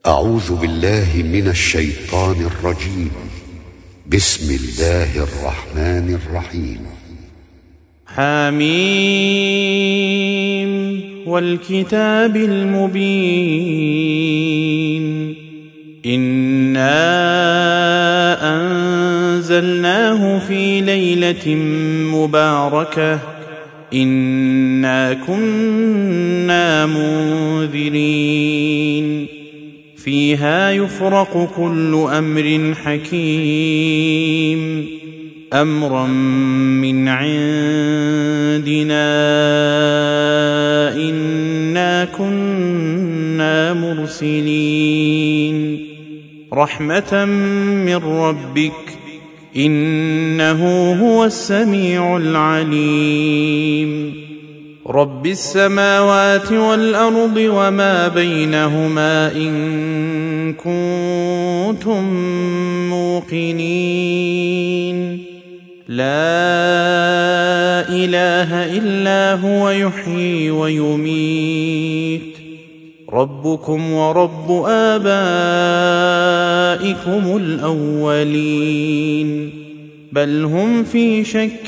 أعوذ بالله من الشيطان الرجيم. بسم الله الرحمن الرحيم. حميم والكتاب المبين. إنا أنزلناه في ليلة مباركة إنا كنا منذرين فيها يفرق كل أمر حكيم أمرا من عندنا إنا كنا مرسلين رحمة من ربك إنه هو السميع العليم رب السماوات والأرض وما بينهما إن كنتم موقنين لا إله إلا هو يحيي ويميت ربكم ورب آبائكم الأولين بل هم في شك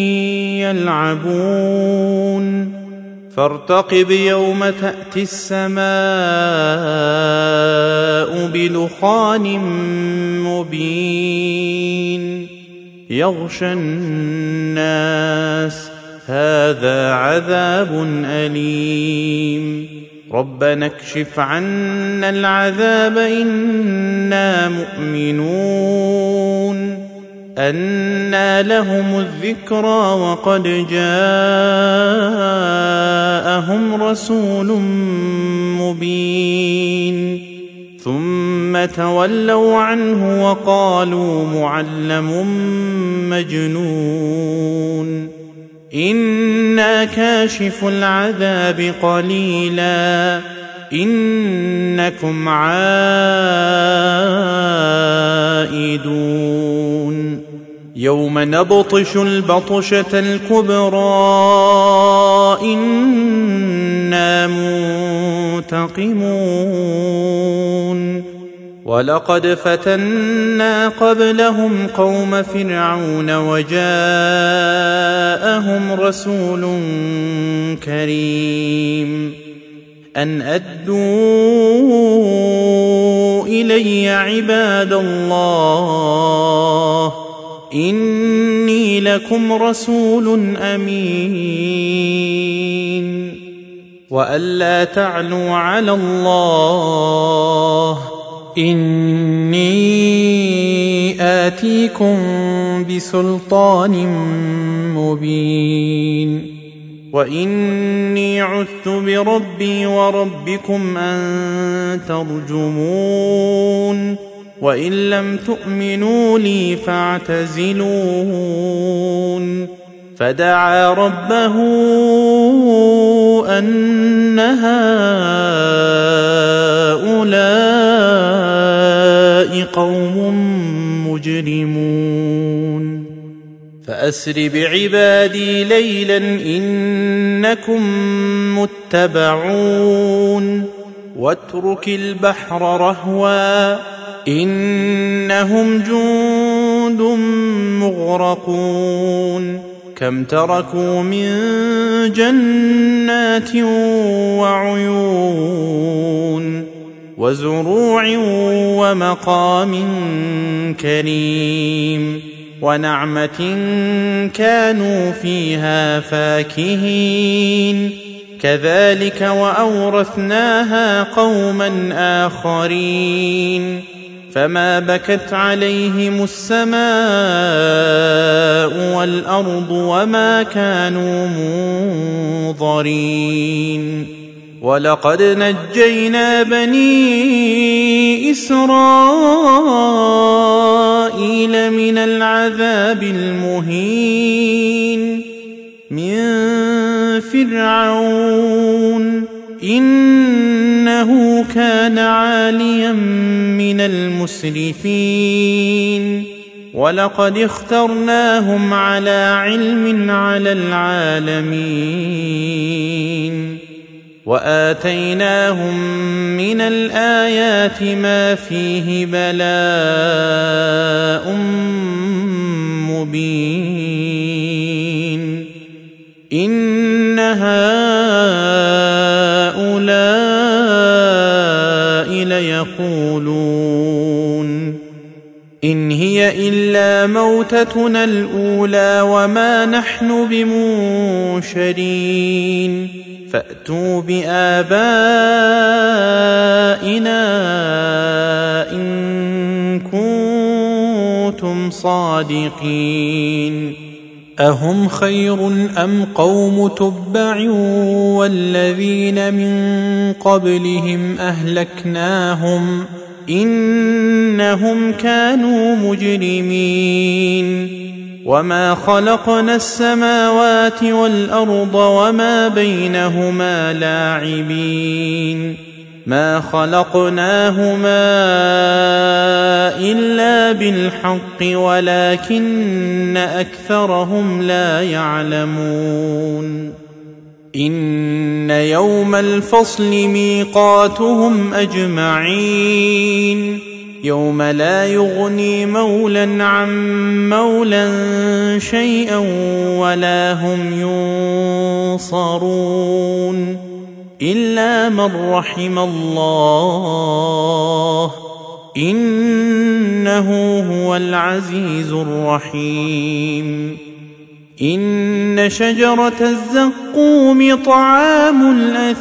يلعبون فارتقب يوم تأتي السماء بدخان مبين يغشى الناس هذا عذاب أليم ربنا اكشف عنا العذاب إنا مؤمنون أنى لهم الذكرى وقد جاءهم رسول مبين ثم تولوا عنه وقالوا معلم مجنون إنا كاشف العذاب قليلا إنكم عائدون يوم نبطش البطشة الكبرى إنا منتقمون ولقد فتنا قبلهم قوم فرعون وجاءهم رسول كريم أن أدوا إلي عباد الله إني لكم رسول أمين وألا تعلوا على الله إني آتيكم بسلطان مبين وإني عذت بربي وربكم أن ترجمون وإن لم تؤمنوا لي فاعتزلون فدعا ربه أن هؤلاء قوم مجرمون فأسر بعبادي ليلا إنكم متبعون واترك البحر رهوا إنهم جند مغرقون كم تركوا من جنات وعيون وزروع ومقام كريم ونعمة كانوا فيها فاكهين كذلك وأورثناها قوما آخرين فما بكت عليهم السماء والأرض وما كانوا منظرين ولقد نجينا بني إسرائيل من العذاب المهين من فرعون إنه كان عاليا من المسرفين ولقد اخترناهم على علم على العالمين وآتيناهم من الآيات ما فيه بلاء مبين إن هؤلاء ليقولون إن هي إلا موتتنا الأولى وما نحن بمنشرين فأتوا بآبائنا إن كنتم صادقين أهم خير أم قوم تبع والذين من قبلهم أهلكناهم إنهم كانوا مجرمين وما خلقنا السماوات والأرض وما بينهما لاعبين ما خلقناهما إلا بالحق ولكن أكثرهم لا يعلمون إن يوم الفصل ميقاتهم أجمعين يوم لا يغني مولا عن مولا شيئا ولا هم ينصرون إلا من رحم الله إنه هو العزيز الرحيم إن شجرة الزقوم طعام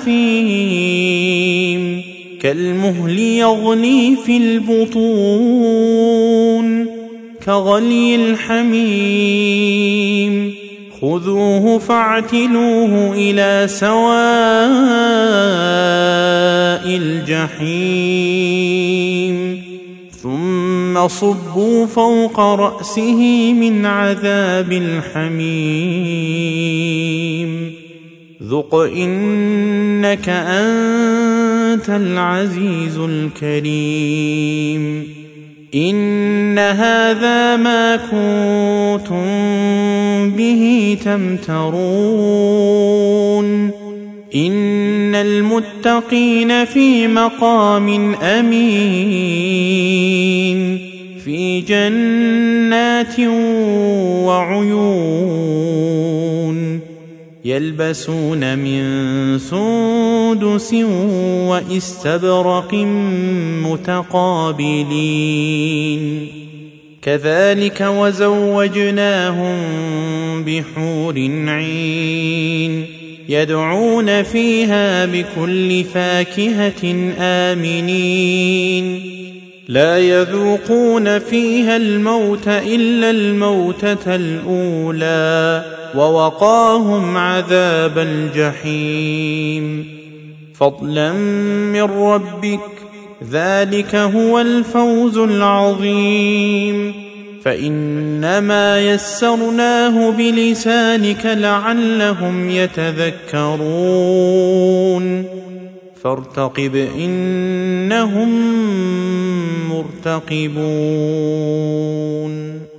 الأثيم كالمهل يغلي في البطون كغلي الحميم خذوه فاعتلوه إلى سواء الجحيم ثم صبوا فوق رأسه من عذاب الحميم ذق إنك أنت العزيز الكريم إن هذا ما كنتم به تمترون إن المتقين في مقام أمين في جنات وعيون يلبسون من سندس وإستبرق متقابلين كذلك وزوجناهم بحور عين يدعون فيها بكل فاكهة آمنين لا يذوقون فيها الموت إلا الموتة الأولى ووقاهم عذاب الجحيم فضلا من ربك ذلك هو الفوز العظيم فإنما يسرناه بلسانك لعلهم يتذكرون فارتقب إنهم مرتقبون